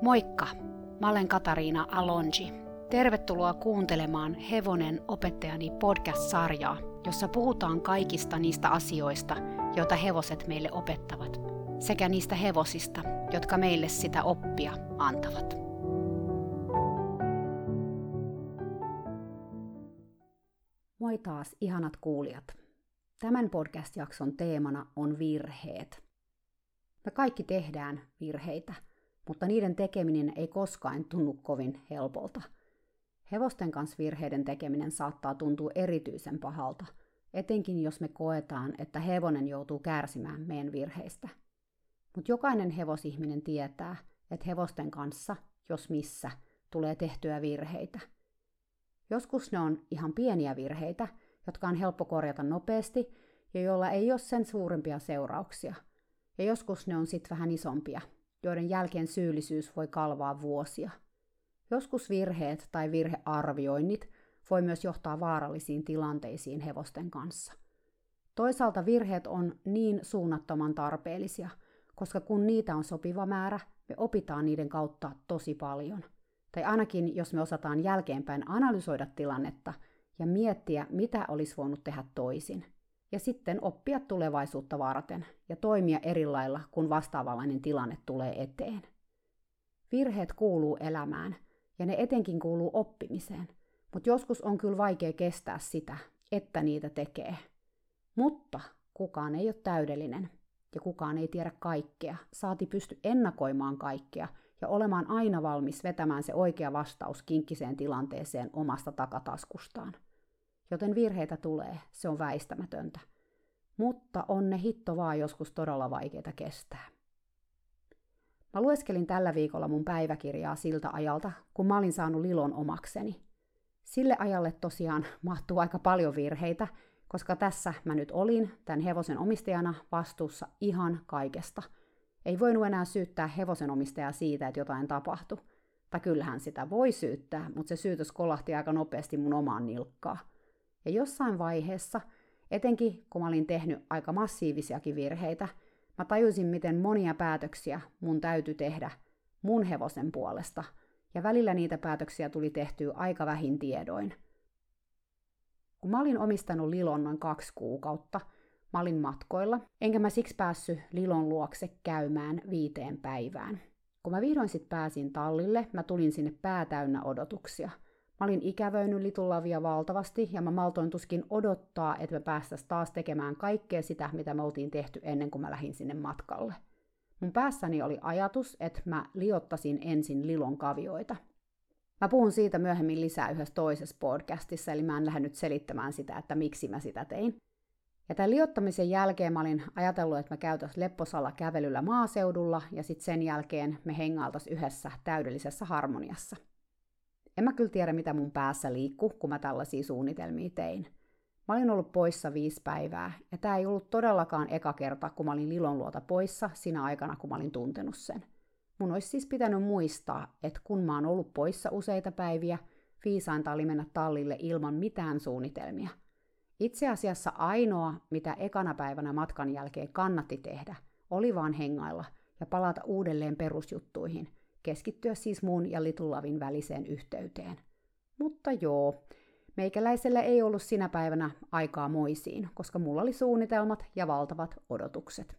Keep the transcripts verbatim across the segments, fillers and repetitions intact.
Moikka! Mä olen Katariina Alonji. Tervetuloa kuuntelemaan Hevonen opettajani podcast-sarjaa, jossa puhutaan kaikista niistä asioista, joita hevoset meille opettavat, sekä niistä hevosista, jotka meille sitä oppia antavat. Moi taas, ihanat kuulijat. Tämän podcast-jakson teemana on virheet. Me kaikki tehdään virheitä, mutta niiden tekeminen ei koskaan tunnu kovin helpolta. Hevosten kanssa virheiden tekeminen saattaa tuntua erityisen pahalta, etenkin jos me koetaan, että hevonen joutuu kärsimään meidän virheistä. Mutta jokainen hevosihminen tietää, että hevosten kanssa, jos missä, tulee tehtyä virheitä. Joskus ne on ihan pieniä virheitä, jotka on helppo korjata nopeasti ja joilla ei ole sen suurempia seurauksia. Ja joskus ne on sitten vähän isompia, joiden jälkeen syyllisyys voi kalvaa vuosia. Joskus virheet tai virhearvioinnit voi myös johtaa vaarallisiin tilanteisiin hevosten kanssa. Toisaalta virheet on niin suunnattoman tarpeellisia, koska kun niitä on sopiva määrä, me opitaan niiden kautta tosi paljon. Tai ainakin, jos me osataan jälkeenpäin analysoida tilannetta ja miettiä, mitä olisi voinut tehdä toisin. Ja sitten oppia tulevaisuutta varten ja toimia eri lailla, kun vastaavanlainen tilanne tulee eteen. Virheet kuuluu elämään, ja ne etenkin kuuluu oppimiseen, mutta joskus on kyllä vaikea kestää sitä, että niitä tekee. Mutta kukaan ei ole täydellinen, ja kukaan ei tiedä kaikkea, saati pysty ennakoimaan kaikkea, ja olemaan aina valmis vetämään se oikea vastaus kinkkiseen tilanteeseen omasta takataskustaan. Joten virheitä tulee, se on väistämätöntä. Mutta on ne hitto vaan joskus todella vaikeita kestää. Mä lueskelin tällä viikolla mun päiväkirjaa siltä ajalta, kun mä olin saanut Lilon omakseni. Sille ajalle tosiaan mahtuu aika paljon virheitä, koska tässä mä nyt olin tämän hevosen omistajana vastuussa ihan kaikesta. Ei voinut enää syyttää hevosen omistajaa siitä, että jotain tapahtui. Tai kyllähän sitä voi syyttää, mutta se syytös kolahti aika nopeasti mun omaan nilkkaan. Ja jossain vaiheessa, etenkin kun mä olin tehnyt aika massiivisiakin virheitä, mä tajusin, miten monia päätöksiä mun täytyi tehdä mun hevosen puolesta, ja välillä niitä päätöksiä tuli tehtyä aika vähin tiedoin. Kun mä olin omistanut Lilon noin kaksi kuukautta, mä olin matkoilla, enkä mä siksi päässyt Lilon luokse käymään viiteen päivään. Kun mä vihdoin sit pääsin tallille, mä tulin sinne pää täynnä odotuksia. Mä olin ikävöinyt Litullavia valtavasti ja mä maltoin tuskin odottaa, että me päästäisiin taas tekemään kaikkea sitä, mitä me oltiin tehty ennen kuin mä lähdin sinne matkalle. Mun päässäni oli ajatus, että mä liottasin ensin Lilon kavioita. Mä puhun siitä myöhemmin lisää yhdessä toisessa podcastissa, eli mä en lähde nyt selittämään sitä, että miksi mä sitä tein. Ja tämän liottamisen jälkeen mä olin ajatellut, että mä käytäisiin lepposalla kävelyllä maaseudulla ja sitten sen jälkeen me hengailtaisiin yhdessä täydellisessä harmoniassa. En mä kyllä tiedä, mitä mun päässä liikkuu, kun mä tällaisia suunnitelmia tein. Mä olin ollut poissa viisi päivää, ja tää ei ollut todellakaan eka kerta, kun mä olin Lilon luota poissa siinä aikana, kun mä olin tuntenut sen. Mun olisi siis pitänyt muistaa, että kun mä oon ollut poissa useita päiviä, viisainta oli mennä tallille ilman mitään suunnitelmia. Itse asiassa ainoa, mitä ekana päivänä matkan jälkeen kannatti tehdä, oli vaan hengailla ja palata uudelleen perusjuttuihin, keskittyä siis mun ja Litullavin väliseen yhteyteen. Mutta joo, meikäläisellä ei ollut sinä päivänä aikaa moisiin, koska mulla oli suunnitelmat ja valtavat odotukset.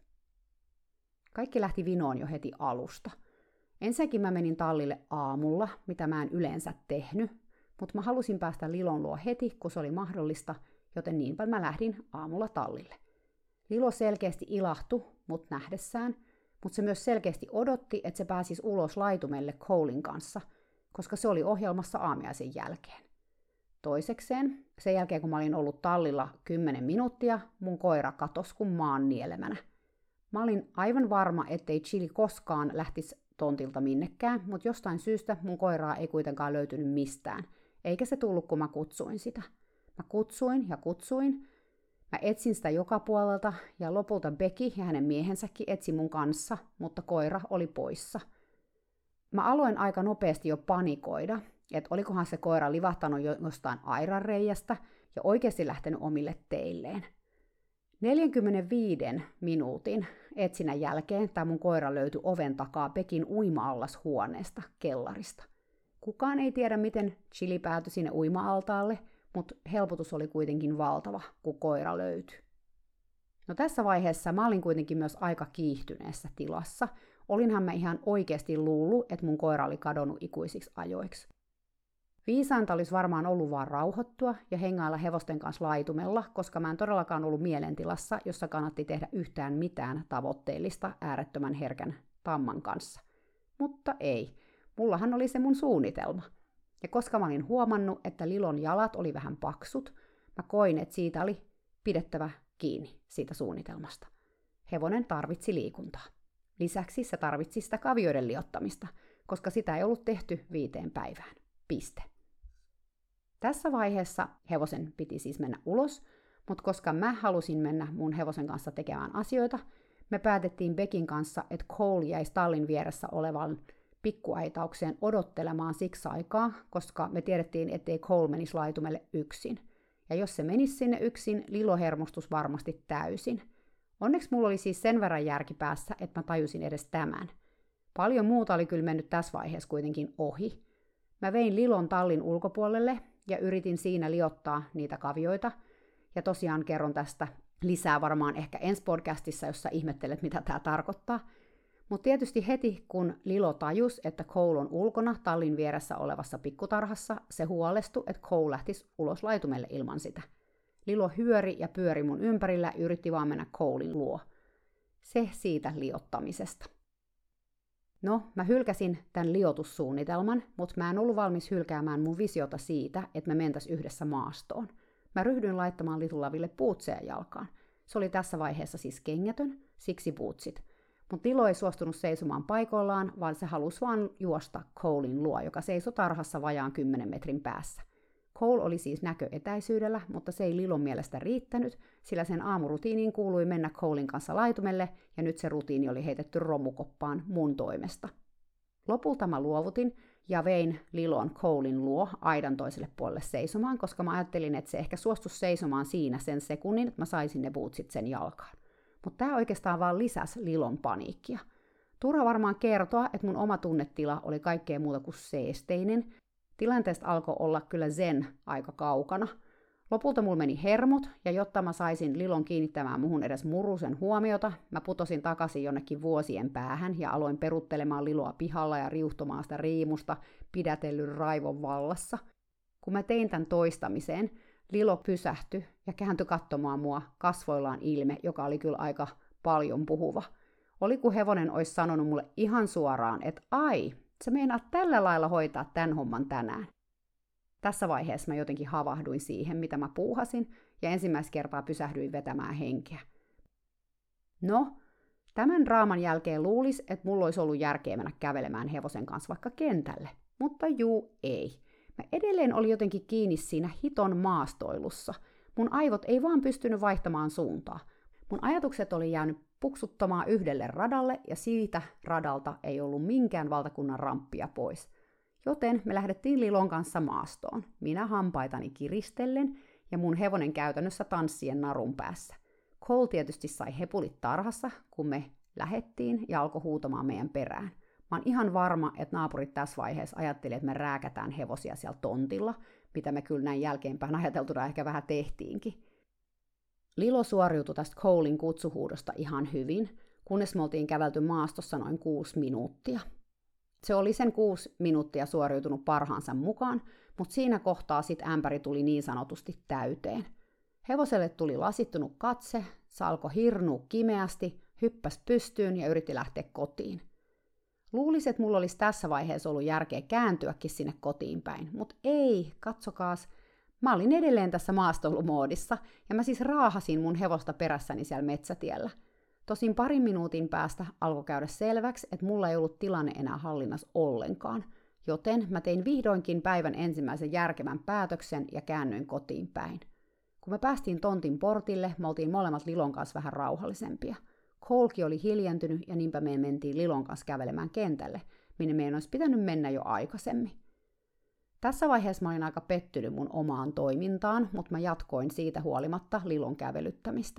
Kaikki lähti vinoon jo heti alusta. Ensinnäkin mä menin tallille aamulla, mitä mä en yleensä tehnyt, mutta mä halusin päästä Lilon luo heti, kun se oli mahdollista, joten niinpä mä lähdin aamulla tallille. Lilo selkeästi ilahtui mut nähdessään, mutta se myös selkeästi odotti, että se pääsisi ulos laitumelle Colein kanssa, koska se oli ohjelmassa aamiaisen jälkeen. Toisekseen, sen jälkeen kun mä olin ollut tallilla kymmenen minuuttia, mun koira katosi kuin maan nielemänä. Mä olin aivan varma, ettei Chili koskaan lähtisi tontilta minnekään, mutta jostain syystä mun koiraa ei kuitenkaan löytynyt mistään, eikä se tullut, kun mä kutsuin sitä. Mä kutsuin ja kutsuin. Mä etsin sitä joka puolelta ja lopulta Becky ja hänen miehensäkin etsi mun kanssa, mutta koira oli poissa. Mä aloin aika nopeasti jo panikoida, että olikohan se koira livahtanut jo jostain airanreiästä ja oikeasti lähtenyt omille teilleen. neljänkymmenenviiden minuutin etsinnän jälkeen tämä mun koira löytyi oven takaa Bekin uima-allashuoneesta, kellarista. Kukaan ei tiedä, miten Chili päätyi sinne uima-altaalle, mutta helpotus oli kuitenkin valtava, kun koira löytyi. No tässä vaiheessa mä olin kuitenkin myös aika kiihtyneessä tilassa. Olinhan mä ihan oikeasti luullut, että mun koira oli kadonnut ikuisiksi ajoiksi. Viisainta olisi varmaan ollut vaan rauhoittua ja hengailla hevosten kanssa laitumella, koska mä en todellakaan ollut mielentilassa, jossa kannatti tehdä yhtään mitään tavoitteellista äärettömän herkän tamman kanssa. Mutta ei, mullahan oli se mun suunnitelma. Ja koska mä olin huomannut, että Lilon jalat oli vähän paksut, mä koin, että siitä oli pidettävä kiinni siitä suunnitelmasta. Hevonen tarvitsi liikuntaa. Lisäksi se tarvitsi sitä kavioiden liottamista, koska sitä ei ollut tehty viiteen päivään. Piste. Tässä vaiheessa hevosen piti siis mennä ulos, mutta koska mä halusin mennä mun hevosen kanssa tekemään asioita, me päätettiin Bekin kanssa, että Cole jäisi tallin vieressä olevan pikkuaitaukseen odottelemaan siksi aikaa, koska me tiedettiin, ettei Cole menisi laitumelle yksin. Ja jos se menisi sinne yksin, Lilo hermostus varmasti täysin. Onneksi mulla oli siis sen verran järki päässä, että mä tajusin edes tämän. Paljon muuta oli kyllä mennyt tässä vaiheessa kuitenkin ohi. Mä vein Lilon tallin ulkopuolelle ja yritin siinä liottaa niitä kavioita. Ja tosiaan kerron tästä lisää varmaan ehkä ensi podcastissa, jossa ihmettelet, mitä tämä tarkoittaa. Mutta tietysti heti, kun Lilo tajus, että Cole on ulkona tallin vieressä olevassa pikkutarhassa, se huolestui, että Cole lähtisi ulos laitumelle ilman sitä. Lilo hyöri ja pyöri mun ympärillä ja yritti vaan mennä Colen luo. Se siitä liottamisesta. No, mä hylkäsin tämän liotussuunnitelman, mutta mä en ollut valmis hylkäämään mun visiota siitä, että me mentäis yhdessä maastoon. Mä ryhdyin laittamaan Litulaville puutseja jalkaan. Se oli tässä vaiheessa siis kengätön, siksi puutsit. Mutta Lilo ei suostunut seisomaan paikoillaan, vaan se halusi vaan juosta Colen luo, joka seisoi tarhassa vajaan kymmenen metrin päässä. Cole oli siis näköetäisyydellä, mutta se ei Lilon mielestä riittänyt, sillä sen aamurutiiniin kuului mennä Colen kanssa laitumelle, ja nyt se rutiini oli heitetty romukoppaan mun toimesta. Lopulta mä luovutin ja vein Lilon Colen luo aidan toiselle puolelle seisomaan, koska mä ajattelin, että se ehkä suostuisi seisomaan siinä sen sekunnin, että mä saisin ne bootsit sen jalkaan. Mutta tämä oikeastaan vaan lisäsi Lilon paniikkia. Turha varmaan kertoa, että mun oma tunnetila oli kaikkea muuta kuin seesteinen. Tilanteesta alkoi olla kyllä zen aika kaukana. Lopulta mulla meni hermot, ja jotta mä saisin Lilon kiinnittämään muhun edes murusen huomiota, mä putosin takaisin jonnekin vuosien päähän ja aloin peruttelemaan Liloa pihalla ja riuhtomaan sitä riimusta pidätellyn raivon vallassa. Kun mä tein tämän toistamiseen, Lilo pysähtyi ja kääntyi katsomaan mua kasvoillaan ilme, joka oli kyllä aika paljon puhuva. Oli kun hevonen olisi sanonut mulle ihan suoraan, että ai, sä meinaat tällä lailla hoitaa tämän homman tänään. Tässä vaiheessa mä jotenkin havahduin siihen, mitä mä puuhasin, ja ensimmäistä kertaa pysähdyin vetämään henkeä. No, tämän draaman jälkeen luulisi, että mulla olisi ollut järkeä mennä kävelemään hevosen kanssa vaikka kentälle, mutta juu ei. Mä edelleen olin jotenkin kiinni siinä hiton maastoilussa. Mun aivot ei vaan pystynyt vaihtamaan suuntaa. Mun ajatukset oli jäänyt puksuttamaan yhdelle radalle, ja siitä radalta ei ollut minkään valtakunnan ramppia pois. Joten me lähdettiin Lilon kanssa maastoon, minä hampaitani kiristellen ja mun hevonen käytännössä tanssien narun päässä. Cole tietysti sai hepulit tarhassa, kun me lähettiin ja alkoi huutamaan meidän perään. Mä oon ihan varma, että naapurit tässä vaiheessa ajatteli, että me rääkätään hevosia siellä tontilla, mitä me kyllä näin jälkeenpäin ajateltuna ehkä vähän tehtiinkin. Lilo suoriutui tästä Colen kutsuhuudosta ihan hyvin, kunnes me oltiin kävelty maastossa noin kuusi minuuttia. Se oli sen kuusi minuuttia suoriutunut parhaansa mukaan, mutta siinä kohtaa sit ämpäri tuli niin sanotusti täyteen. Hevoselle tuli lasittunut katse, se alkoi hirnua kimeästi, hyppäsi pystyyn ja yritti lähteä kotiin. Luulisin, että mulla olisi tässä vaiheessa ollut järkeä kääntyäkin sinne kotiin päin, mutta ei, katsokaas. Mä olin edelleen tässä maastoilumoodissa, ja mä siis raahasin mun hevosta perässäni siellä metsätiellä. Tosin parin minuutin päästä alkoi käydä selväksi, että mulla ei ollut tilanne enää hallinnassa ollenkaan, joten mä tein vihdoinkin päivän ensimmäisen järkevän päätöksen ja käännyin kotiin päin. Kun me päästiin tontin portille, me oltiin molemmat Lilon kanssa vähän rauhallisempia. Colekin oli hiljentynyt ja niinpä me mentiin Lilon kanssa kävelemään kentälle, minne meidän olisi pitänyt mennä jo aikaisemmin. Tässä vaiheessa mä olin aika pettynyt mun omaan toimintaan, mutta mä jatkoin siitä huolimatta Lilon kävelyttämistä.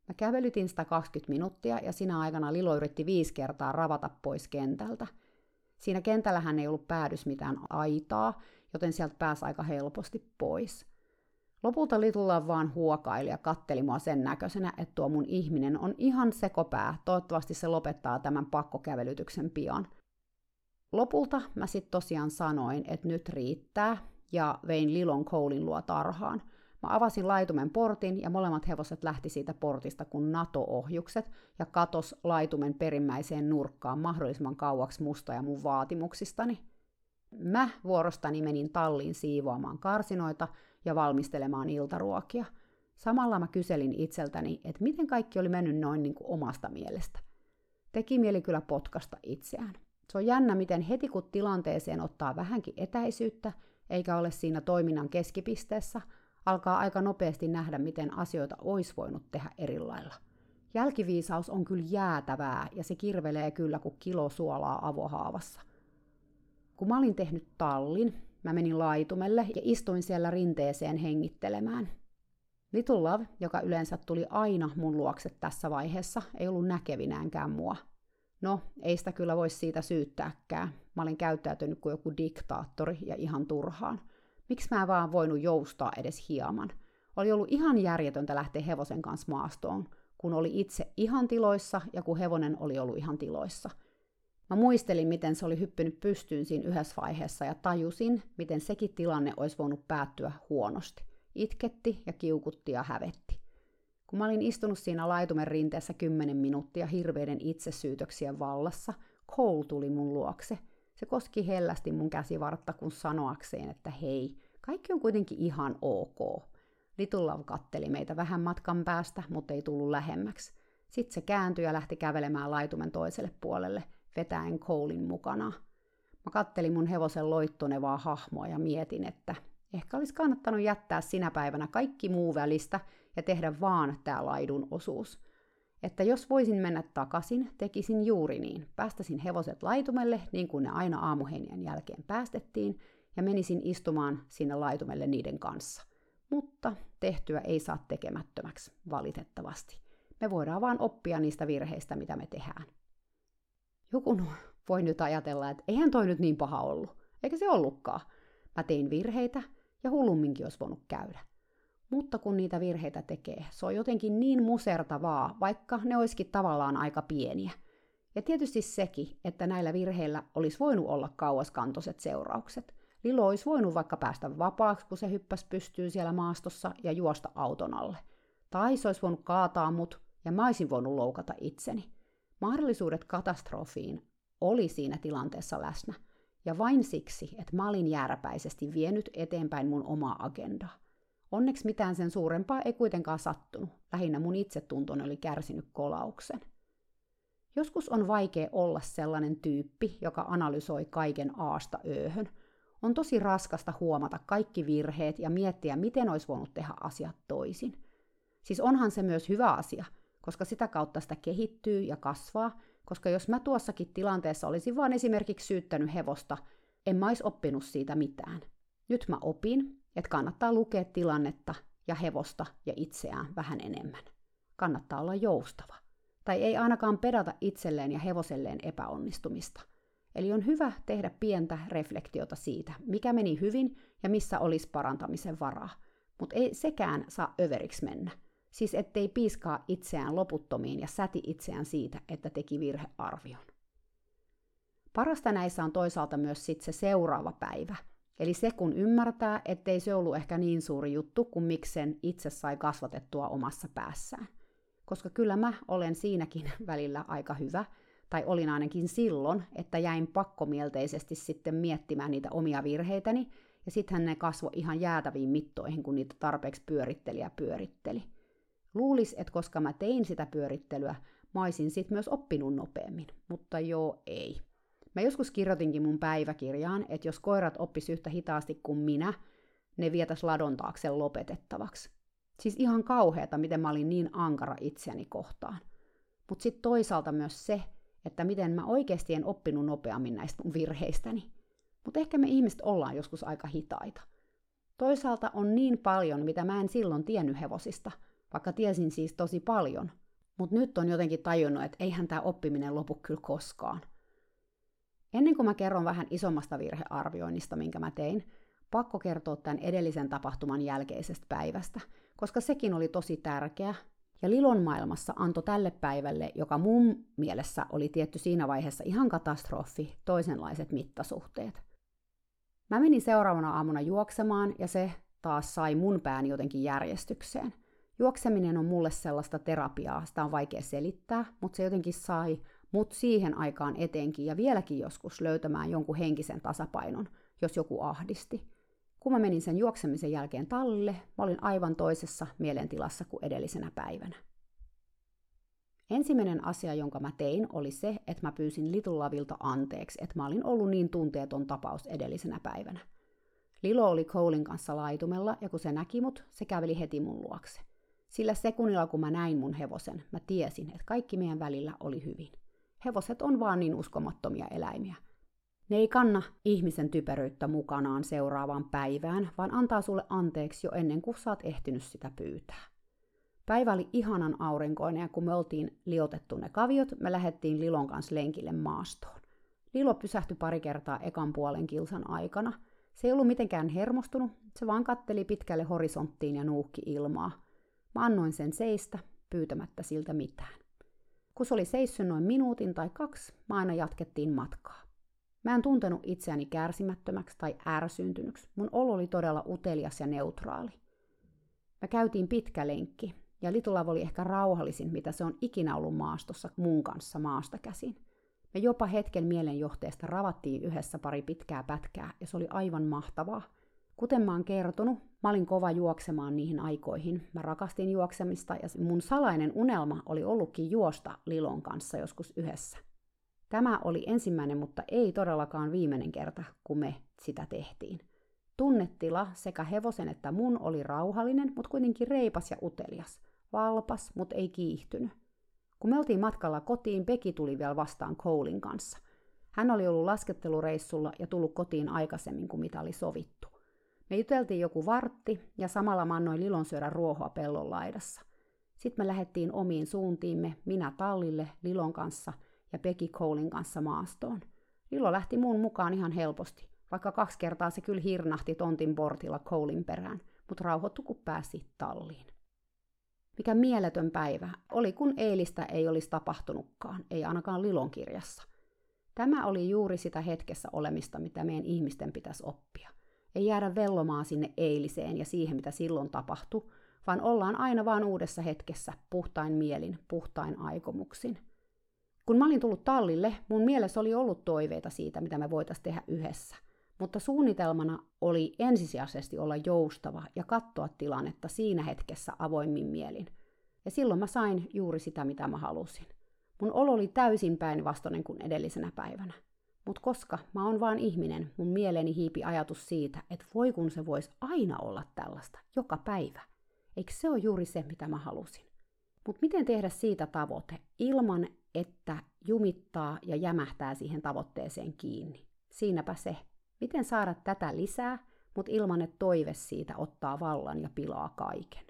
Mä kävelytin sitä kaksikymmentä minuuttia ja siinä aikana Lilo yritti viisi kertaa ravata pois kentältä. Siinä kentällähän ei ollut päädys mitään aitaa, joten sieltä pääsi aika helposti pois. Lopulta Little vaan huokaili ja katteli mua sen näköisenä, että tuo mun ihminen on ihan sekopää. Toivottavasti se lopettaa tämän pakkokävelytyksen pian. Lopulta mä sitten tosiaan sanoin, että nyt riittää, ja vein Lilon Colen luo tarhaan. Mä avasin laitumen portin, ja molemmat hevoset lähti siitä portista kuin NATO-ohjukset, ja katos laitumen perimmäiseen nurkkaan mahdollisimman kauaksi musta ja mun vaatimuksistani. Mä vuorostani menin talliin siivoamaan karsinoita ja valmistelemaan iltaruokia. Samalla mä kyselin itseltäni, että miten kaikki oli mennyt noin niin kuin omasta mielestä. Teki mieli kyllä potkasta itseään. Se on jännä, miten heti kun tilanteeseen ottaa vähänkin etäisyyttä, eikä ole siinä toiminnan keskipisteessä, alkaa aika nopeasti nähdä, miten asioita olisi voinut tehdä eri lailla. Jälkiviisaus on kyllä jäätävää, ja se kirvelee kyllä kuin kilo suolaa avohaavassa. Kun mä olin tehnyt tallin, mä menin laitumelle ja istuin siellä rinteeseen hengittelemään. Little Love, joka yleensä tuli aina mun luokse tässä vaiheessa, ei ollut näkevinäänkään mua. No, ei sitä kyllä voi siitä syyttääkään. Mä olin käyttäytynyt kuin joku diktaattori ja ihan turhaan. Miksi mä en vaan voinut joustaa edes hieman? Oli ollut ihan järjetöntä lähteä hevosen kanssa maastoon, kun oli itse ihan tiloissa ja kun hevonen oli ollut ihan tiloissa. Mä muistelin, miten se oli hyppinyt pystyyn siinä yhdessä vaiheessa ja tajusin, miten sekin tilanne olisi voinut päättyä huonosti. Itketti ja kiukutti ja hävetti. Kun mä olin istunut siinä laitumen rinteessä kymmenen minuuttia hirveiden itsesyytöksien vallassa, Cole tuli mun luokse. Se koski hellästi mun käsivartta, kun sanoakseen, että hei, kaikki on kuitenkin ihan ok. Little Love katteli meitä vähän matkan päästä, mutta ei tullut lähemmäksi. Sitten se kääntyi ja lähti kävelemään laitumen toiselle puolelle, vetäen Colen mukana. Mä kattelin mun hevosen loittonevaa hahmoa ja mietin, että ehkä olisi kannattanut jättää sinä päivänä kaikki muu välistä ja tehdä vaan tää laidun osuus. Että jos voisin mennä takaisin, tekisin juuri niin. Päästäisin hevoset laitumelle, niin kuin ne aina aamuheinien jälkeen päästettiin, ja menisin istumaan sinne laitumelle niiden kanssa. Mutta tehtyä ei saa tekemättömäksi, valitettavasti. Me voidaan vaan oppia niistä virheistä, mitä me tehdään. Joku voi nyt ajatella, että eihän toi nyt niin paha ollut. Eikä se ollutkaan. Mä tein virheitä, ja hullumminkin olisi voinut käydä. Mutta kun niitä virheitä tekee, se on jotenkin niin musertavaa, vaikka ne olisikin tavallaan aika pieniä. Ja tietysti sekin, että näillä virheillä olisi voinut olla kauaskantoiset seuraukset. Lilo olisi voinut vaikka päästä vapaaksi, kun se hyppäsi pystyyn siellä maastossa ja juosta auton alle. Tai se olisi voinut kaataa mut, ja mä olisin voinut loukata itseni. Mahdollisuudet katastrofiin oli siinä tilanteessa läsnä. Ja vain siksi, että mä olin jääräpäisesti vienyt eteenpäin mun omaa agendaa. Onneksi mitään sen suurempaa ei kuitenkaan sattunut. Lähinnä mun itsetuntoni oli kärsinyt kolauksen. Joskus on vaikea olla sellainen tyyppi, joka analysoi kaiken aasta ööhön. On tosi raskasta huomata kaikki virheet ja miettiä, miten olisi voinut tehdä asiat toisin. Siis onhan se myös hyvä asia, koska sitä kautta sitä kehittyy ja kasvaa, koska jos mä tuossakin tilanteessa olisin vaan esimerkiksi syyttänyt hevosta, en mä olisi oppinut siitä mitään. Nyt mä opin, että kannattaa lukea tilannetta ja hevosta ja itseään vähän enemmän. Kannattaa olla joustava. Tai ei ainakaan pedata itselleen ja hevoselleen epäonnistumista. Eli on hyvä tehdä pientä reflektiota siitä, mikä meni hyvin ja missä olisi parantamisen varaa. Mutta ei sekään saa överiksi mennä. Siis ettei piiskaa itseään loputtomiin ja säti itseään siitä, että teki virhearvion. Parasta näissä on toisaalta myös sit se seuraava päivä. Eli se, kun ymmärtää, ettei se ollut ehkä niin suuri juttu, kuin miksi sen itse sai kasvatettua omassa päässään. Koska kyllä mä olen siinäkin välillä aika hyvä, tai olin ainakin silloin, että jäin pakkomielteisesti sitten miettimään niitä omia virheitäni, ja sittenhän ne kasvoi ihan jäätäviin mittoihin, kun niitä tarpeeksi pyöritteli ja pyöritteli. Luulis, että koska mä tein sitä pyörittelyä, mä olisin sit myös oppinut nopeammin, mutta joo ei. Mä joskus kirjoitinkin mun päiväkirjaan, että jos koirat oppis yhtä hitaasti kuin minä, ne vietäis ladon taakse lopetettavaksi. Siis ihan kauheata, miten mä olin niin ankara itseäni kohtaan. Mut sit toisaalta myös se, että miten mä oikeasti en oppinut nopeammin näistä mun virheistäni. Mut ehkä me ihmiset ollaan joskus aika hitaita. Toisaalta on niin paljon, mitä mä en silloin tiennyt hevosista, vaikka tiesin siis tosi paljon. Mutta nyt on jotenkin tajunnut, että eihän tämä oppiminen lopu kyllä koskaan. Ennen kuin mä kerron vähän isommasta virhearvioinnista, minkä mä tein, pakko kertoa tämän edellisen tapahtuman jälkeisestä päivästä, koska sekin oli tosi tärkeä, ja Lilon maailmassa antoi tälle päivälle, joka mun mielessä oli tietty siinä vaiheessa ihan katastrofi, toisenlaiset mittasuhteet. Mä menin seuraavana aamuna juoksemaan, ja se taas sai mun pään jotenkin järjestykseen. Juokseminen on mulle sellaista terapiaa, sitä on vaikea selittää, mutta se jotenkin sai mut siihen aikaan etenkin ja vieläkin joskus löytämään jonkun henkisen tasapainon, jos joku ahdisti. Kun mä menin sen juoksemisen jälkeen tallille, mä olin aivan toisessa mielentilassa kuin edellisenä päivänä. Ensimmäinen asia, jonka mä tein, oli se, että mä pyysin Little Lovelta anteeksi, että mä olin ollut niin tunteeton tapaus edellisenä päivänä. Lilo oli Colen kanssa laitumella, ja kun se näki mut, se käveli heti mun luokse. Sillä sekunnilla, kun mä näin mun hevosen, mä tiesin, että kaikki meidän välillä oli hyvin. Hevoset on vaan niin uskomattomia eläimiä. Ne ei kanna ihmisen typeryyttä mukanaan seuraavaan päivään, vaan antaa sulle anteeksi jo ennen kuin sä oot ehtinyt sitä pyytää. Päivä oli ihanan aurinkoinen, ja kun me oltiin liotettu ne kaviot, me lähdettiin Lilon kanssa lenkille maastoon. Lilo pysähtyi pari kertaa ekan puolen kilsan aikana. Se ei ollut mitenkään hermostunut, se vaan katteli pitkälle horisonttiin ja nuuhki ilmaa. Mä annoin sen seistä, pyytämättä siltä mitään. Kun se oli seissyt noin minuutin tai kaksi, mä aina jatkettiin matkaa. Mä en tuntenut itseäni kärsimättömäksi tai ärsyyntynyksi. Mun olo oli todella utelias ja neutraali. Me käytiin pitkä lenkki, ja Little Love oli ehkä rauhallisin, mitä se on ikinä ollut maastossa mun kanssa maasta käsin. Me jopa hetken mielenjohteesta ravattiin yhdessä pari pitkää pätkää, ja se oli aivan mahtavaa. Kuten mä oon kertonut, mä olin kova juoksemaan niihin aikoihin. Mä rakastin juoksemista, ja mun salainen unelma oli ollutkin juosta Lilon kanssa joskus yhdessä. Tämä oli ensimmäinen, mutta ei todellakaan viimeinen kerta, kun me sitä tehtiin. Tunnetila sekä hevosen että mun oli rauhallinen, mutta kuitenkin reipas ja utelias. Valpas, mutta ei kiihtynyt. Kun me oltiin matkalla kotiin, Becky tuli vielä vastaan Colen kanssa. Hän oli ollut laskettelureissulla ja tullut kotiin aikaisemmin kuin mitä oli sovittu. Me juteltiin joku vartti ja samalla mä annoin Lilon syödä ruohoa pellon laidassa. Sitten me lähdettiin omiin suuntiimme, minä tallille Lilon kanssa ja Becky Colen kanssa maastoon. Lilo lähti muun mukaan ihan helposti, vaikka kaksi kertaa se kyllä hirnahti tontin portilla Colen perään, mutta rauhoittui kun pääsi talliin. Mikä mieletön päivä oli, kun eilistä ei olisi tapahtunutkaan, ei ainakaan Lilon kirjassa. Tämä oli juuri sitä hetkessä olemista, mitä meidän ihmisten pitäisi oppia. Ei jäädä vellomaan sinne eiliseen ja siihen, mitä silloin tapahtui, vaan ollaan aina vaan uudessa hetkessä, puhtain mielin, puhtain aikomuksin. Kun mä olin tullut tallille, mun mielessä oli ollut toiveita siitä, mitä me voitaisiin tehdä yhdessä. Mutta suunnitelmana oli ensisijaisesti olla joustava ja katsoa tilannetta siinä hetkessä avoimin mielin. Ja silloin mä sain juuri sitä, mitä mä halusin. Mun olo oli täysin päinvastainen kuin edellisenä päivänä. Mutta koska mä oon vaan ihminen, mun mieleeni hiipi ajatus siitä, että voi kun se voisi aina olla tällaista, joka päivä. Eikö se ole juuri se, mitä mä halusin? Mutta miten tehdä siitä tavoite ilman, että jumittaa ja jämähtää siihen tavoitteeseen kiinni? Siinäpä se. Miten saada tätä lisää, mutta ilman, että toive siitä ottaa vallan ja pilaa kaiken?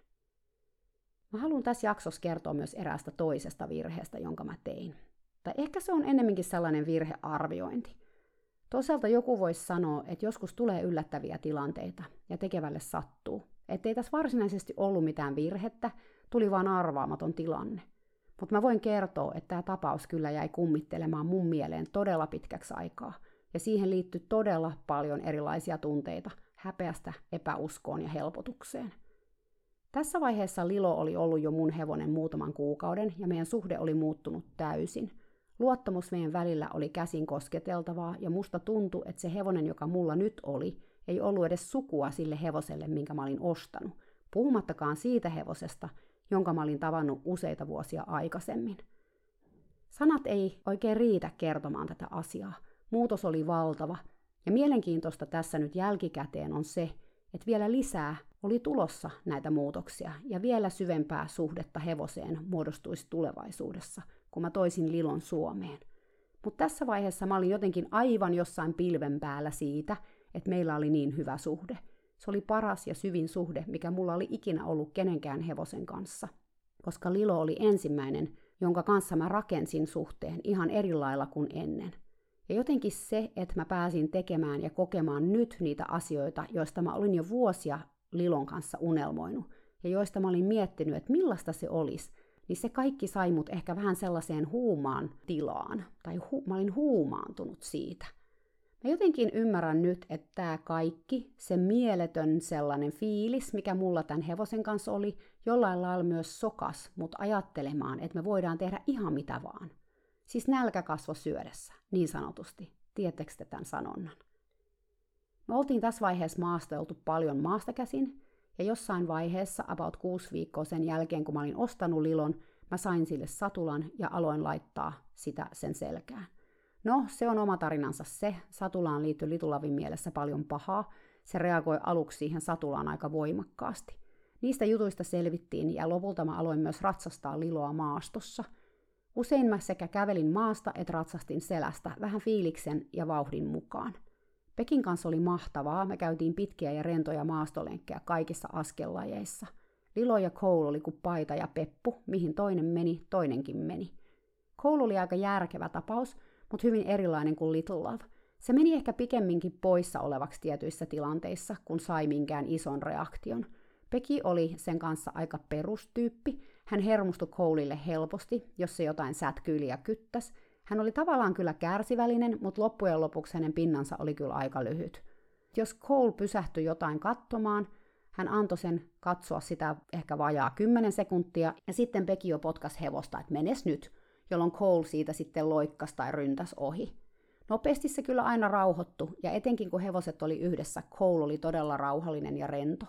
Mä haluan tässä jaksossa kertoa myös eräästä toisesta virheestä, jonka mä tein. Tai ehkä se on ennemminkin sellainen virhearviointi. Toisaalta joku voisi sanoa, että joskus tulee yllättäviä tilanteita ja tekevälle sattuu. Ettei tässä varsinaisesti ollut mitään virhettä, tuli vaan arvaamaton tilanne. Mutta mä voin kertoa, että tämä tapaus kyllä jäi kummittelemaan mun mieleen todella pitkäksi aikaa. Ja siihen liittyi todella paljon erilaisia tunteita, häpeästä, epäuskoon ja helpotukseen. Tässä vaiheessa Lilo oli ollut jo mun hevonen muutaman kuukauden ja meidän suhde oli muuttunut täysin. Luottamus meidän välillä oli käsin kosketeltavaa ja musta tuntui, että se hevonen, joka mulla nyt oli, ei ollut edes sukua sille hevoselle, minkä mä olin ostanut, puhumattakaan siitä hevosesta, jonka mä olin tavannut useita vuosia aikaisemmin. Sanat ei oikein riitä kertomaan tätä asiaa. Muutos oli valtava, ja mielenkiintoista tässä nyt jälkikäteen on se, että vielä lisää oli tulossa näitä muutoksia, ja vielä syvempää suhdetta hevoseen muodostuisi tulevaisuudessa, kun mä toisin Lilon Suomeen. Mutta tässä vaiheessa mä olin jotenkin aivan jossain pilven päällä siitä, että meillä oli niin hyvä suhde. Se oli paras ja syvin suhde, mikä mulla oli ikinä ollut kenenkään hevosen kanssa. Koska Lilo oli ensimmäinen, jonka kanssa mä rakensin suhteen ihan eri lailla kuin ennen. Ja jotenkin se, että mä pääsin tekemään ja kokemaan nyt niitä asioita, joista mä olin jo vuosia Lilon kanssa unelmoinut, ja joista mä olin miettinyt, että millaista se olisi, niin se kaikki sai mut ehkä vähän sellaiseen huumaan tilaan, tai hu- mä olin huumaantunut siitä. Mä jotenkin ymmärrän nyt, että tämä kaikki, se mieletön sellainen fiilis, mikä mulla tämän hevosen kanssa oli, jollain lailla myös sokas mut ajattelemaan, että me voidaan tehdä ihan mitä vaan. Siis nälkäkasvo syödessä, niin sanotusti. Tiedättekö te tämän sanonnan? Me oltiin tässä vaiheessa maasteltu paljon maasta käsin, ja jossain vaiheessa, about kuusi viikkoa sen jälkeen, kun mä olin ostanut Lilon, mä sain sille satulan ja aloin laittaa sitä sen selkään. No, se on oma tarinansa se. Satulaan liittyi Litulavin mielessä paljon pahaa. Se reagoi aluksi siihen satulaan aika voimakkaasti. Niistä jutuista selvittiin ja lopulta mä aloin myös ratsastaa Liloa maastossa. Usein mä sekä kävelin maasta että ratsastin selästä vähän fiiliksen ja vauhdin mukaan. Pekin kanssa oli mahtavaa, me käytiin pitkiä ja rentoja maastolenkkejä kaikissa askellajeissa. Lilo ja Cole oli kuin paita ja peppu, mihin toinen meni, toinenkin meni. Cole oli aika järkevä tapaus, mutta hyvin erilainen kuin Little Love. Se meni ehkä pikemminkin poissa olevaksi tietyissä tilanteissa, kun sai minkään ison reaktion. Peki oli sen kanssa aika perustyyppi. Hän hermostui Colelle helposti, jos se jotain sätkyili ja kyttäs. Hän oli tavallaan kyllä kärsivällinen, mutta loppujen lopuksi hänen pinnansa oli kyllä aika lyhyt. Jos Cole pysähtyi jotain katsomaan, hän antoi sen katsoa sitä ehkä vajaa kymmenen sekuntia, ja sitten Peki jo potkas hevosta, että menes nyt, jolloin Cole siitä sitten loikkas tai ryntäs ohi. Nopeasti se kyllä aina rauhoittui, ja etenkin kun hevoset oli yhdessä, Cole oli todella rauhallinen ja rento.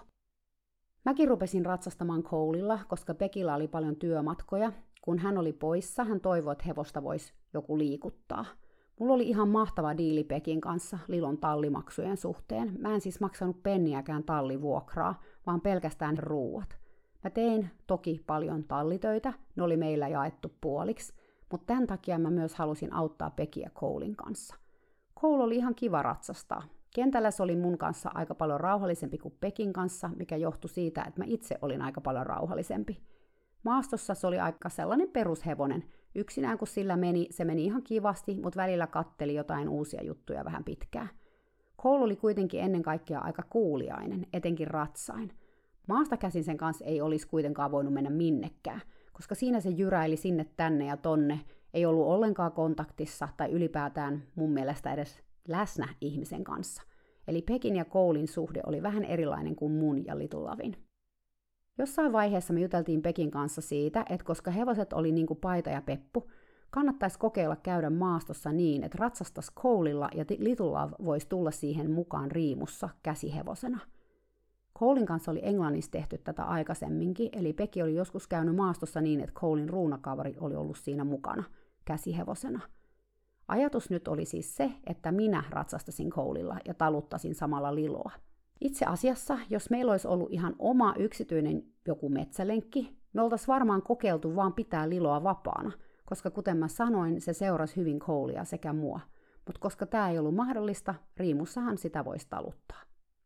Mäkin rupesin ratsastamaan Colella, koska Pekillä oli paljon työmatkoja. Kun hän oli poissa, hän toivoi, että hevosta voisi joku liikuttaa. Mulla oli ihan mahtava diili Pekin kanssa Lilon tallimaksujen suhteen. Mä en siis maksanut penniäkään tallivuokraa, vaan pelkästään ruuat. Mä tein toki paljon tallitöitä, ne oli meillä jaettu puoliksi, mutta tämän takia mä myös halusin auttaa Pekiä Colen kanssa. Cole oli ihan kiva ratsastaa. Kentällä se oli mun kanssa aika paljon rauhallisempi kuin Pekin kanssa, mikä johtui siitä, että mä itse olin aika paljon rauhallisempi. Maastossa se oli aika sellainen perushevonen. Yksinään kun sillä meni, se meni ihan kivasti, mutta välillä katteli jotain uusia juttuja vähän pitkään. Cole oli kuitenkin ennen kaikkea aika kuuliainen, etenkin ratsain. Maasta käsin sen kanssa ei olisi kuitenkaan voinut mennä minnekään, koska siinä se jyräili sinne tänne ja tonne, ei ollut ollenkaan kontaktissa tai ylipäätään mun mielestä edes läsnä ihmisen kanssa. Eli Pekin ja Colen suhde oli vähän erilainen kuin mun ja Little Lovin. Jossain vaiheessa me juteltiin Pekin kanssa siitä, että koska hevoset oli niin kuin paita ja peppu, kannattaisi kokeilla käydä maastossa niin, että ratsastas Colella ja Little Love voisi tulla siihen mukaan riimussa käsihevosena. Colen kanssa oli Englannissa tehty tätä aikaisemminkin, eli Peki oli joskus käynyt maastossa niin, että Colen ruunakavari oli ollut siinä mukana käsihevosena. Ajatus nyt oli siis se, että minä ratsastasin Colella ja taluttasin samalla Liloa. Itse asiassa, jos meillä olisi ollut ihan oma yksityinen joku metsälenkki, me oltaisiin varmaan kokeiltu vaan pitää Liloa vapaana, koska kuten mä sanoin, se seurasi hyvin Colea sekä mua. Mutta koska tämä ei ollut mahdollista, riimussahan sitä voisi taluttaa.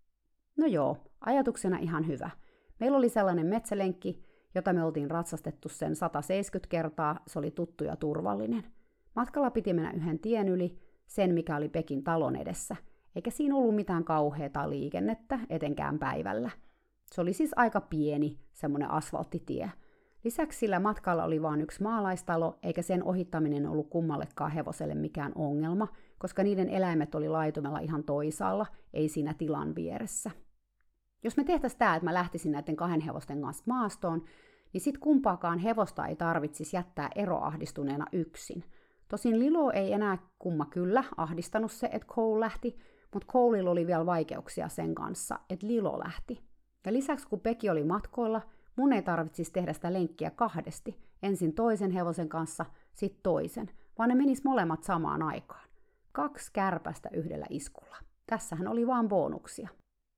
No joo, ajatuksena ihan hyvä. Meillä oli sellainen metsälenkki, jota me oltiin ratsastettu sen sata seitsemänkymmentä kertaa, se oli tuttu ja turvallinen. Matkalla piti mennä yhden tien yli, sen mikä oli Pekin talon edessä, eikä siinä ollut mitään kauheata liikennettä, etenkään päivällä. Se oli siis aika pieni, semmoinen asfalttitie. Lisäksi sillä matkalla oli vain yksi maalaistalo, eikä sen ohittaminen ollut kummallekaan hevoselle mikään ongelma, koska niiden eläimet oli laitumella ihan toisaalla, ei siinä tilan vieressä. Jos me tehtäisiin tämä, että mä lähtisin näiden kahden hevosten kanssa maastoon, niin sit kumpaakaan hevosta ei tarvitsisi jättää eroahdistuneena yksin. Tosin Lilo ei enää kumma kyllä ahdistanut se, että Cole lähti, mutta Colella oli vielä vaikeuksia sen kanssa, että Lilo lähti. Ja lisäksi kun Peki oli matkoilla, mun ei tarvitsisi tehdä sitä lenkkiä kahdesti, ensin toisen hevosen kanssa, sitten toisen, vaan ne menis molemmat samaan aikaan. Kaksi kärpästä yhdellä iskulla. Tässähän oli vaan bonuksia.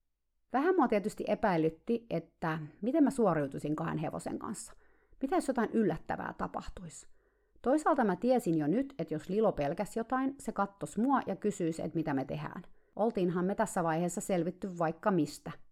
Vähän mua tietysti epäilytti, että miten mä suoriutuisin kahden hevosen kanssa. Mitä jos jotain yllättävää tapahtuisi? Toisaalta mä tiesin jo nyt, että jos Lilo pelkäsi jotain, se kattosi mua ja kysyisi, että mitä me tehdään. Oltiinhan me tässä vaiheessa selvitty vaikka mistä.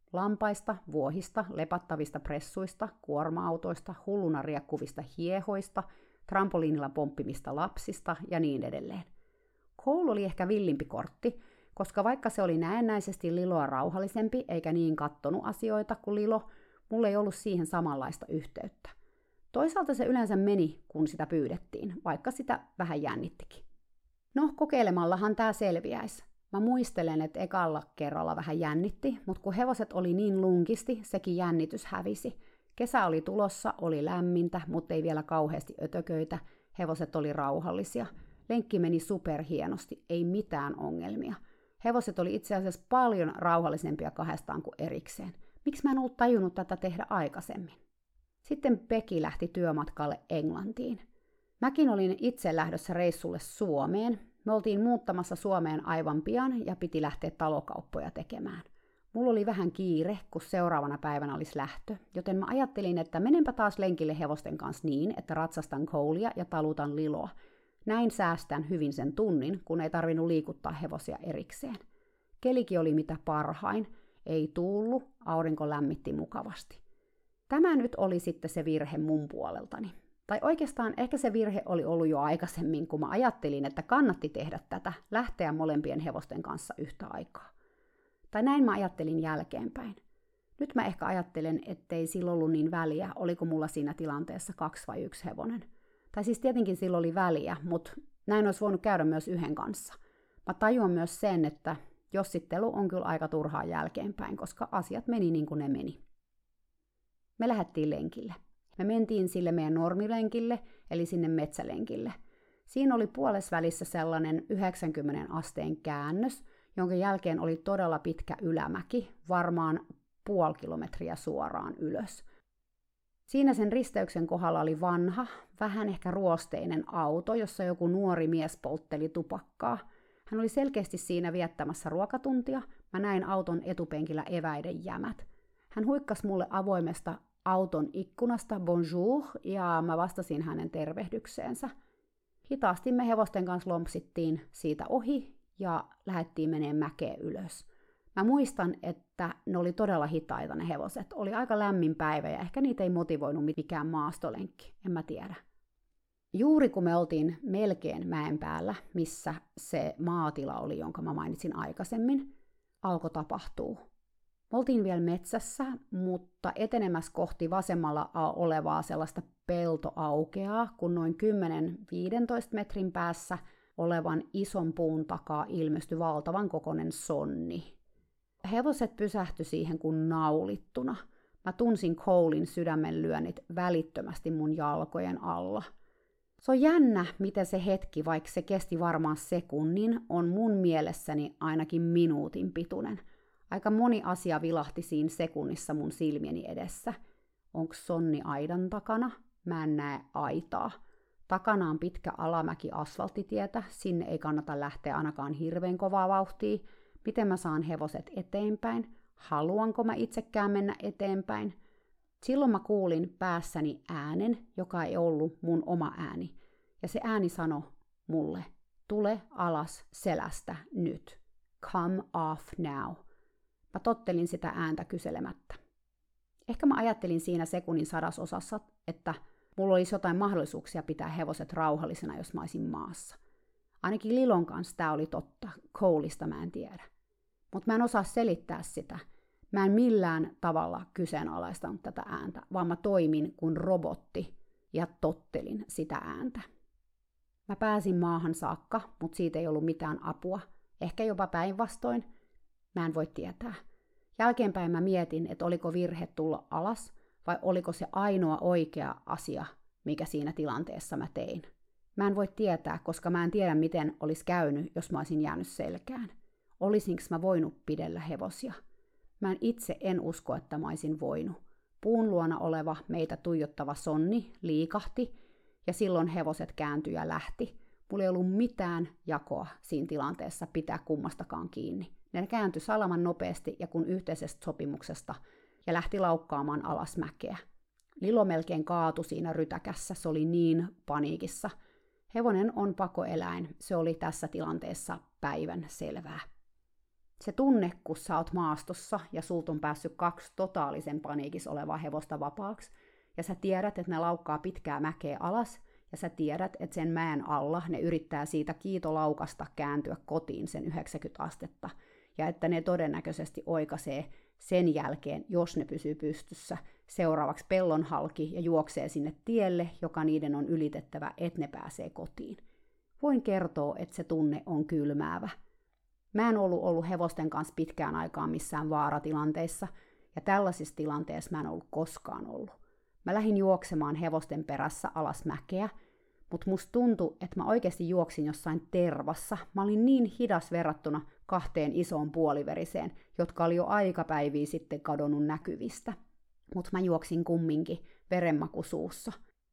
Lampaista, vuohista, lepattavista pressuista, kuorma-autoista, hulluna riekkuvista hiehoista, trampoliinilla pomppimista lapsista ja niin edelleen. Cole oli ehkä villimpi kortti, koska vaikka se oli näennäisesti Liloa rauhallisempi eikä niin kattonut asioita kuin Lilo, mulla ei ollut siihen samanlaista yhteyttä. Toisaalta se yleensä meni, kun sitä pyydettiin, vaikka sitä vähän jännittikin. No, kokeilemallahan tää selviäisi. Mä muistelen, että ekalla kerralla vähän jännitti, mutta kun hevoset oli niin lunkisti, sekin jännitys hävisi. Kesä oli tulossa, oli lämmintä, mutta ei vielä kauheasti ötököitä. Hevoset oli rauhallisia. Lenkki meni superhienosti, ei mitään ongelmia. Hevoset oli itse asiassa paljon rauhallisempia kahdestaan kuin erikseen. Miksi mä en ollut tajunnut tätä tehdä aikaisemmin? Sitten Becky lähti työmatkalle Englantiin. Mäkin olin itse lähdössä reissulle Suomeen. Me oltiin muuttamassa Suomeen aivan pian ja piti lähteä talokauppoja tekemään. Mulla oli vähän kiire, kun seuraavana päivänä olisi lähtö, joten mä ajattelin, että menenpä taas lenkille hevosten kanssa niin, että ratsastan Colea ja talutan Liloa. Näin säästän hyvin sen tunnin, kun ei tarvinnut liikuttaa hevosia erikseen. Kelikin oli mitä parhain, ei tuullut, aurinko lämmitti mukavasti. Tämä nyt oli sitten se virhe mun puoleltani. Tai oikeastaan ehkä se virhe oli ollut jo aikaisemmin, kun mä ajattelin, että kannatti tehdä tätä, lähteä molempien hevosten kanssa yhtä aikaa. Tai näin mä ajattelin jälkeenpäin. Nyt mä ehkä ajattelen, ettei sillä ollut niin väliä, oliko mulla siinä tilanteessa kaksi vai yksi hevonen. Tai siis tietenkin sillä oli väliä, mutta näin olisi voinut käydä myös yhden kanssa. Mä tajuan myös sen, että jossittelu on kyllä aika turhaa jälkeenpäin, koska asiat meni niin kuin ne meni. Me lähdettiin lenkille. Me mentiin sille meidän normilenkille, eli sinne metsälenkille. Siinä oli puolesvälissä sellainen yhdeksänkymmentä asteen käännös, jonka jälkeen oli todella pitkä ylämäki, varmaan puoli kilometriä suoraan ylös. Siinä sen risteyksen kohdalla oli vanha, vähän ehkä ruosteinen auto, jossa joku nuori mies poltteli tupakkaa. Hän oli selkeästi siinä viettämässä ruokatuntia. Mä näin auton etupenkillä eväiden jämät. Hän huikkasi mulle avoimesta auton ikkunasta bonjour, ja mä vastasin hänen tervehdykseensä. Hitaasti me hevosten kanssa lompsittiin siitä ohi ja lähdettiin menemään mäkeä ylös. Mä muistan, että ne oli todella hitaita ne hevoset. Oli aika lämmin päivä ja ehkä niitä ei motivoinut mikään maastolenkki, en mä tiedä. Juuri kun me oltiin melkein mäen päällä, missä se maatila oli, jonka mä mainitsin aikaisemmin, alkoi tapahtua. Me oltiin vielä metsässä, mutta etenemässä kohti vasemmalla olevaa sellaista peltoaukeaa, kun noin kymmenen viisitoista metrin päässä olevan ison puun takaa ilmestyi valtavan kokoinen sonni. Hevoset pysähtyi siihen kuin naulittuna. Mä tunsin Colen sydämenlyönnit välittömästi mun jalkojen alla. Se on jännä, miten se hetki, vaikka se kesti varmaan sekunnin, on mun mielessäni ainakin minuutin pituinen. Aika moni asia vilahti siinä sekunnissa mun silmieni edessä. Onks sonni aidan takana? Mä en näe aitaa. Takana on pitkä alamäki asfalttitietä, sinne ei kannata lähteä ainakaan hirveän kovaa vauhtia. Miten mä saan hevoset eteenpäin? Haluanko mä itsekään mennä eteenpäin? Silloin mä kuulin päässäni äänen, joka ei ollut mun oma ääni. Ja se ääni sanoi mulle, tule alas selästä nyt. Come off now. Mä tottelin sitä ääntä kyselemättä. Ehkä mä ajattelin siinä sekunnin sadasosassa, että mulla olisi jotain mahdollisuuksia pitää hevoset rauhallisena, jos mä olisin maassa. Ainakin Lilon kanssa tää oli totta, Colesta mä en tiedä. Mutta mä en osaa selittää sitä. Mä en millään tavalla kyseenalaistanut tätä ääntä, vaan mä toimin kuin robotti ja tottelin sitä ääntä. Mä pääsin maahan saakka, mutta siitä ei ollut mitään apua. Ehkä jopa päinvastoin. Mä en voi tietää. Jälkeenpäin mä mietin, että oliko virhe tulla alas, vai oliko se ainoa oikea asia, mikä siinä tilanteessa mä tein. Mä en voi tietää, koska mä en tiedä, miten olisi käynyt, jos mä olisin jäänyt selkään. Olisinko mä voinut pidellä hevosia? Mä en itse en usko, että mä olisin voinut. Puun luona oleva meitä tuijottava sonni liikahti, ja silloin hevoset kääntyi ja lähti. Mulla ei ollut mitään jakoa siinä tilanteessa pitää kummastakaan kiinni. Ne kääntyi salaman nopeasti ja kun yhteisestä sopimuksesta ja lähti laukkaamaan alas mäkeä. Lilo melkein kaatui siinä rytäkässä, se oli niin paniikissa. Hevonen on pakoeläin, se oli tässä tilanteessa päivän selvää. Se tunne, kun sä oot maastossa ja sulta on päässyt kaksi totaalisen paniikissa olevaa hevosta vapaaksi, ja sä tiedät, että ne laukkaa pitkää mäkeä alas, ja sä tiedät, että sen mäen alla ne yrittää siitä kiitolaukasta kääntyä kotiin sen yhdeksänkymmentä astetta, ja että ne todennäköisesti oikaisee sen jälkeen, jos ne pysyy pystyssä, seuraavaksi pellon halki ja juoksee sinne tielle, joka niiden on ylitettävä, että ne pääsee kotiin. Voin kertoa, että se tunne on kylmäävä. Mä en ollut ollut hevosten kanssa pitkään aikaan missään vaaratilanteissa, ja tällaisissa tilanteissa mä en ollut koskaan ollut. Mä lähdin juoksemaan hevosten perässä alas mäkeä, mutta musta tuntui, että mä oikeasti juoksin jossain tervassa. Mä olin niin hidas verrattuna kahteen isoon puoliveriseen, jotka oli jo aikapäiviä sitten kadonnut näkyvistä. Mutta mä juoksin kumminkin verenmaku suussa.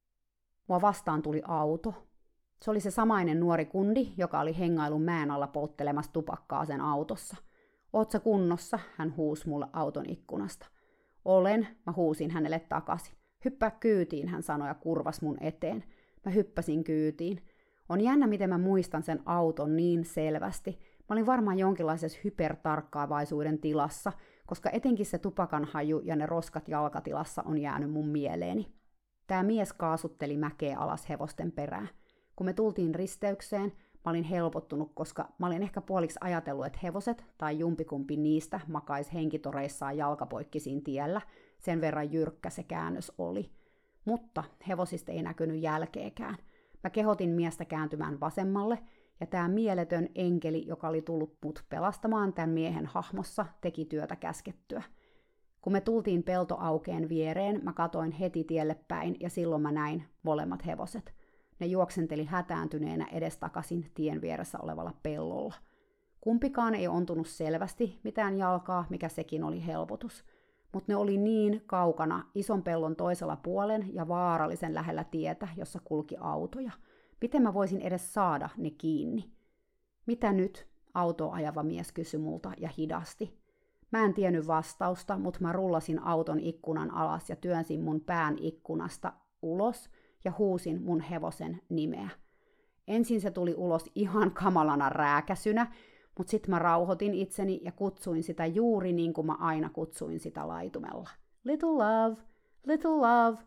Mua vastaan tuli auto. Se oli se samainen nuori kundi, joka oli hengailun mäen alla polttelemassa tupakkaa sen autossa. Oot sä kunnossa? Hän huusi mulle auton ikkunasta. Olen, mä huusin hänelle takaisin. Hyppää kyytiin, hän sanoi ja kurvasi mun eteen. Mä hyppäsin kyytiin. On jännä, miten mä muistan sen auton niin selvästi. Mä olin varmaan jonkinlaisessa hypertarkkaavaisuuden tilassa, koska etenkin se tupakanhaju ja ne roskat jalkatilassa on jäänyt mun mieleeni. Tää mies kaasutteli mäkeä alas hevosten perään. Kun me tultiin risteykseen, mä olin helpottunut, koska mä olin ehkä puoliksi ajatellut, että hevoset tai jumpikumpi niistä makais henkitoreissaan jalkapoikkisiin tiellä, sen verran jyrkkä se käännös oli. Mutta hevosista ei näkynyt jälkeekään. Mä kehotin miestä kääntymään vasemmalle, ja tämä mieletön enkeli, joka oli tullut mut pelastamaan tämän miehen hahmossa, teki työtä käskettyä. Kun me tultiin peltoaukeen viereen, mä katoin heti tielle päin, ja silloin mä näin molemmat hevoset. Ne juoksenteli hätääntyneenä edestakaisin tien vieressä olevalla pellolla. Kumpikaan ei ontunut selvästi mitään jalkaa, mikä sekin oli helpotus. Mutta ne oli niin kaukana ison pellon toisella puolen ja vaarallisen lähellä tietä, jossa kulki autoja. Miten mä voisin edes saada ne kiinni? Mitä nyt? Autoa ajava mies kysyi multa ja hidasti. Mä en tiennyt vastausta, mutta mä rullasin auton ikkunan alas ja työnsin mun pään ikkunasta ulos ja huusin mun hevosen nimeä. Ensin se tuli ulos ihan kamalana rääkäsynä, mutta sitten mä rauhoitin itseni ja kutsuin sitä juuri niin kuin mä aina kutsuin sitä laitumella. Little love, little love.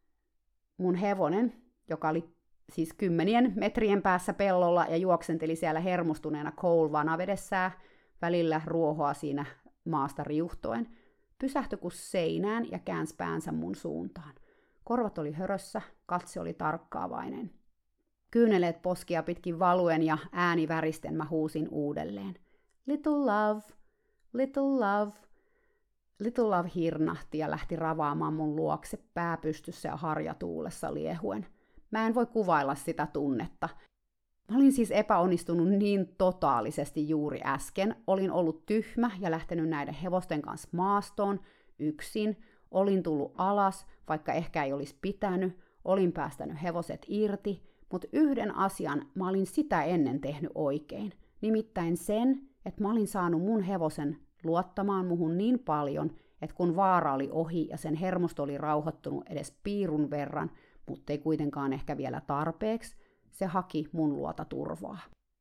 Mun hevonen, joka oli siis kymmenien metrien päässä pellolla ja juoksenteli siellä hermostuneena Cole vanavedessään, välillä ruohoa siinä maasta riuhtoen, pysähtyi kuin seinään ja käänsi päänsä mun suuntaan. Korvat oli hörössä, katse oli tarkkaavainen. Kyyneleet poskia pitkin valuen ja ääni väristen mä huusin uudelleen. Little love, little love. Little love hirnahti ja lähti ravaamaan mun luokse pää pystyssä ja harjatuulessa liehuen. Mä en voi kuvailla sitä tunnetta. Mä olin siis epäonnistunut niin totaalisesti juuri äsken. Olin ollut tyhmä ja lähtenyt näiden hevosten kanssa maastoon yksin. Olin tullut alas, vaikka ehkä ei olisi pitänyt. Olin päästänyt hevoset irti. Mutta yhden asian mä olin sitä ennen tehnyt oikein. Nimittäin sen, että mä olin saanut mun hevosen luottamaan muhun niin paljon, että kun vaara oli ohi ja sen hermosto oli rauhoittunut edes piirun verran, mutta ei kuitenkaan ehkä vielä tarpeeksi, se haki mun luota turvaa.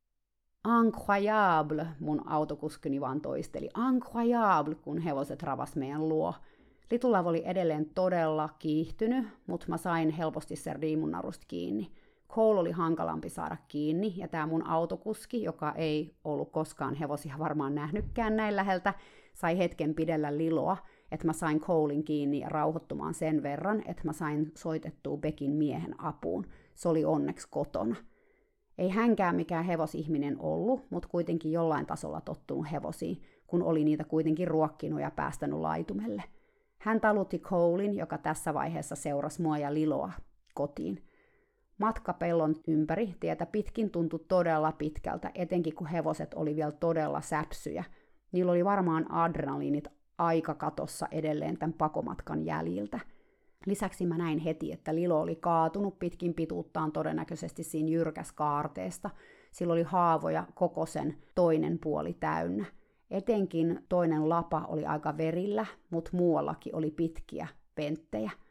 Incroyable, mun autokuskini vaan toisteli. Incroyable, kun hevoset ravas meidän luo. Little Love oli edelleen todella kiihtynyt, mutta mä sain helposti sen riimunnarusta kiinni. Cole oli hankalampi saada kiinni, ja tämä mun autokuski, joka ei ollut koskaan hevosia varmaan nähnytkään näin läheltä, sai hetken pidellä Liloa, että mä sain Colein kiinni ja rauhoittumaan sen verran, että mä sain soitettua Beckin miehen apuun. Se oli onneksi kotona. Ei hänkään mikään hevosihminen ollut, mutta kuitenkin jollain tasolla tottunut hevosiin, kun oli niitä kuitenkin ruokkinut ja päästänyt laitumelle. Hän talutti Colein, joka tässä vaiheessa seurasi mua ja Liloa kotiin. Matka pellon ympäri tietä pitkin tuntui todella pitkältä, etenkin kun hevoset oli vielä todella säpsyjä. Niillä oli varmaan adrenaliinit aika katossa edelleen tämän pakomatkan jäljiltä. Lisäksi mä näin heti, että Lilo oli kaatunut pitkin pituuttaan todennäköisesti siinä jyrkäs kaarteesta. Sillä oli haavoja koko sen toinen puoli täynnä. Etenkin toinen lapa oli aika verillä, mutta muuallakin oli pitkiä penttejä.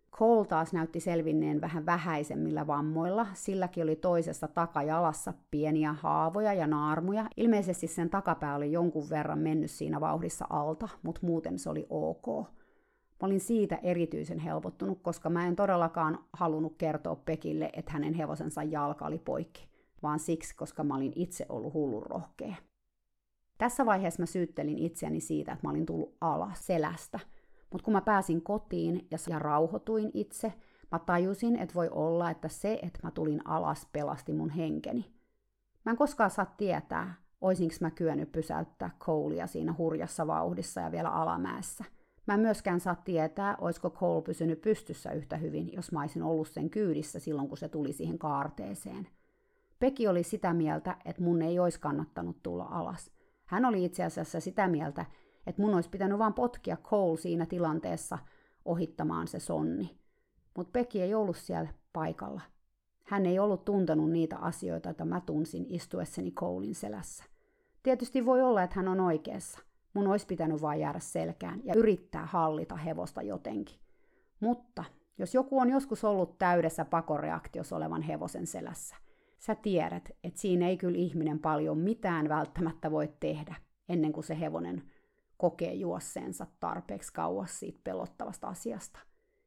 Cole taas näytti selvinneen vähän vähäisemmillä vammoilla, silläkin oli toisessa takajalassa pieniä haavoja ja naarmuja. Ilmeisesti sen takapää oli jonkun verran mennyt siinä vauhdissa alta, mutta muuten se oli ok. Mä olin siitä erityisen helpottunut, koska mä en todellakaan halunnut kertoa Pekille, että hänen hevosensa jalka oli poikki, vaan siksi, koska mä olin itse ollut hullun rohkea. Tässä vaiheessa mä syyttelin itseäni siitä, että mä olin tullut alas selästä. Mutta kun mä pääsin kotiin ja rauhoituin itse, mä tajusin, että voi olla, että se, että mä tulin alas, pelasti mun henkeni. Mä en koskaan saa tietää, oisinko mä kyennyt pysäyttää Colea siinä hurjassa vauhdissa ja vielä alamäessä. Mä en myöskään saa tietää, olisiko Cole pysynyt pystyssä yhtä hyvin, jos mä olisin ollut sen kyydissä silloin, kun se tuli siihen kaarteeseen. Peki oli sitä mieltä, että mun ei olisi kannattanut tulla alas. Hän oli itse asiassa sitä mieltä, että mun olisi pitänyt vaan potkia Cole siinä tilanteessa ohittamaan se sonni. Mutta Peki ei ollut siellä paikalla. Hän ei ollut tuntenut niitä asioita, joita mä tunsin istuessani Colein selässä. Tietysti voi olla, että hän on oikeassa. Mun olisi pitänyt vaan jäädä selkään ja yrittää hallita hevosta jotenkin. Mutta jos joku on joskus ollut täydessä pakoreaktiossa olevan hevosen selässä, sä tiedät, että siinä ei kyllä ihminen paljon mitään välttämättä voi tehdä, ennen kuin se hevonen kokee juosseensa tarpeeksi kauas siitä pelottavasta asiasta.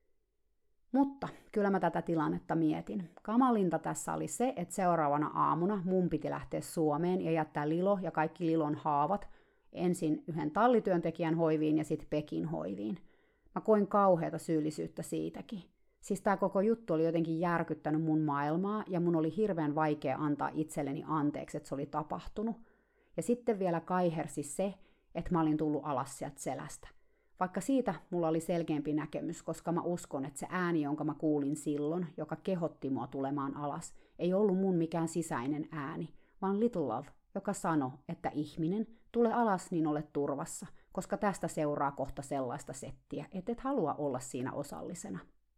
Mutta kyllä mä tätä tilannetta mietin. Kamalinta tässä oli se, että seuraavana aamuna mun piti lähteä Suomeen ja jättää Lilo ja kaikki Lilon haavat ensin yhden tallityöntekijän hoiviin ja sitten Pekin hoiviin. Mä koin kauheata syyllisyyttä siitäkin. Siis tää koko juttu oli jotenkin järkyttänyt mun maailmaa ja mun oli hirveän vaikea antaa itselleni anteeksi, että se oli tapahtunut. Ja sitten vielä kaihersi se, että mä olin tullut alas sieltä selästä. Vaikka siitä mulla oli selkeämpi näkemys, koska mä uskon, että se ääni, jonka mä kuulin silloin, joka kehotti mua tulemaan alas, ei ollut mun mikään sisäinen ääni, vaan Little Love, joka sanoi, että ihminen, tule alas, niin olet turvassa, koska tästä seuraa kohta sellaista settiä, että et halua olla siinä osallisena.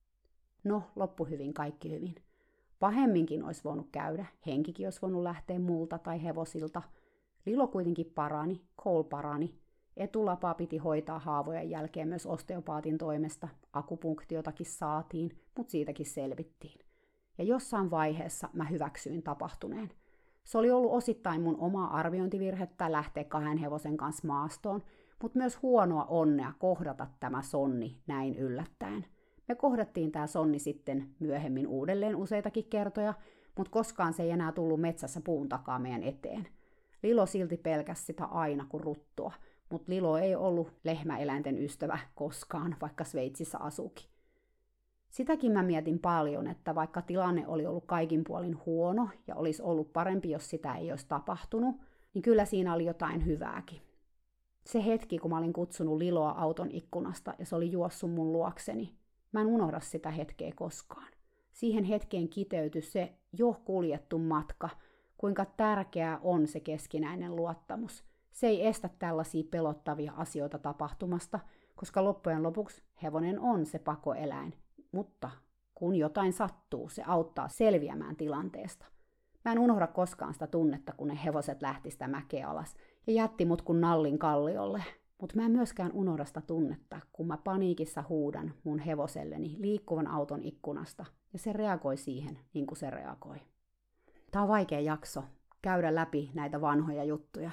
No, loppu hyvin, kaikki hyvin. Pahemminkin olisi voinut käydä, henkikin olisi voinut lähteä multa tai hevosilta. Lilo kuitenkin parani, Cole parani. Etulapaa piti hoitaa haavojen jälkeen myös osteopaatin toimesta, akupunktiotakin saatiin, mutta siitäkin selvittiin. Ja jossain vaiheessa mä hyväksyin tapahtuneen. Se oli ollut osittain mun omaa arviointivirhettä lähteä kahden hevosen kanssa maastoon, mutta myös huonoa onnea kohdata tämä sonni näin yllättäen. Me kohdattiin tämä sonni sitten myöhemmin uudelleen useitakin kertoja, mutta koskaan se ei enää tullut metsässä puun takaa meidän eteen. Lilo silti pelkäsi sitä aina kuin ruttua, mutta Lilo ei ollut lehmäeläinten ystävä koskaan, vaikka Sveitsissä asuukin. Sitäkin mä mietin paljon, että vaikka tilanne oli ollut kaikin puolin huono ja olisi ollut parempi, jos sitä ei olisi tapahtunut, niin kyllä siinä oli jotain hyvääkin. Se hetki, kun mä olin kutsunut Liloa auton ikkunasta ja se oli juossut mun luokseni, mä en unohda sitä hetkeä koskaan. Siihen hetkeen kiteytyi se jo kuljettu matka, kuinka tärkeää on se keskinäinen luottamus. Se ei estä tällaisia pelottavia asioita tapahtumasta, koska loppujen lopuksi hevonen on se pakoeläin. Mutta kun jotain sattuu, se auttaa selviämään tilanteesta. Mä en unohda koskaan sitä tunnetta, kun ne hevoset lähti sitä mäkeä alas ja jätti mut kun nallin kalliolle. Mutta mä en myöskään unohda sitä tunnetta, kun mä paniikissa huudan mun hevoselleni liikkuvan auton ikkunasta ja se reagoi siihen niin kuin se reagoi. Tää on vaikea jakso käydä läpi näitä vanhoja juttuja.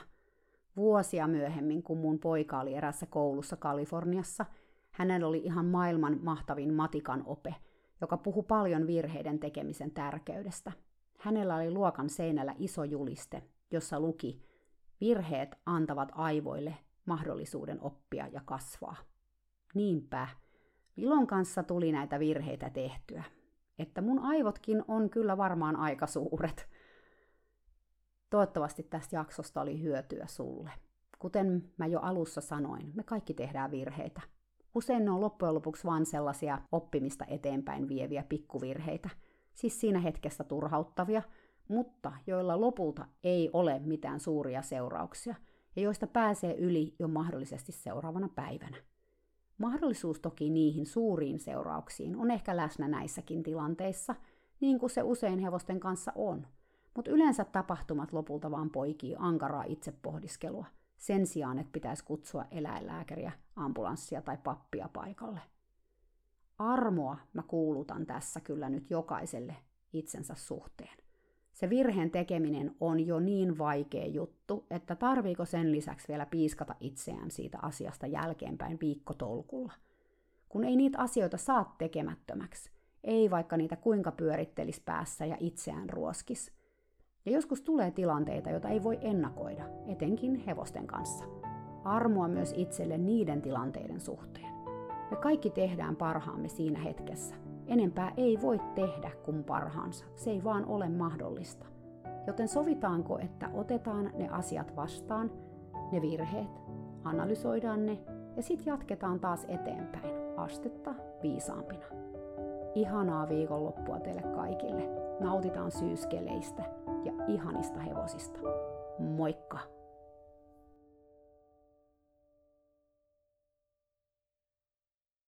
Vuosia myöhemmin, kun mun poika oli erässä koulussa Kaliforniassa, hänellä oli ihan maailman mahtavin matikan ope, joka puhui paljon virheiden tekemisen tärkeydestä. Hänellä oli luokan seinällä iso juliste, jossa luki, virheet antavat aivoille mahdollisuuden oppia ja kasvaa. Niinpä, Lilon kanssa tuli näitä virheitä tehtyä, että mun aivotkin on kyllä varmaan aika suuret. Toivottavasti tästä jaksosta oli hyötyä sulle. Kuten mä jo alussa sanoin, me kaikki tehdään virheitä. Usein ne on loppujen lopuksi vain sellaisia oppimista eteenpäin vieviä pikkuvirheitä, siis siinä hetkessä turhauttavia, mutta joilla lopulta ei ole mitään suuria seurauksia, ja joista pääsee yli jo mahdollisesti seuraavana päivänä. Mahdollisuus toki niihin suuriin seurauksiin on ehkä läsnä näissäkin tilanteissa, niin kuin se usein hevosten kanssa on, mutta yleensä tapahtumat lopulta vaan poikii ankaraa itsepohdiskelua, sen sijaan, että pitäisi kutsua eläinlääkäriä, ambulanssia tai pappia paikalle. armoa mä kuulutan tässä kyllä nyt jokaiselle itsensä suhteen. Se virheen tekeminen on jo niin vaikea juttu, että tarviiko sen lisäksi vielä piiskata itseään siitä asiasta jälkeenpäin viikkotolkulla. Kun ei niitä asioita saa tekemättömäksi, ei vaikka niitä kuinka pyörittelis päässä ja itseään ruoskis. Ja joskus tulee tilanteita, joita ei voi ennakoida, etenkin hevosten kanssa. Armoa myös itselle niiden tilanteiden suhteen. Me kaikki tehdään parhaamme siinä hetkessä. Enempää ei voi tehdä kuin parhaansa. Se ei vaan ole mahdollista. Joten sovitaanko, että otetaan ne asiat vastaan, ne virheet, analysoidaan ne ja sitten jatketaan taas eteenpäin, astetta viisaampina. Ihanaa viikonloppua teille kaikille. Nautitaan syyskeleistä ja ihanista hevosista. Moikka!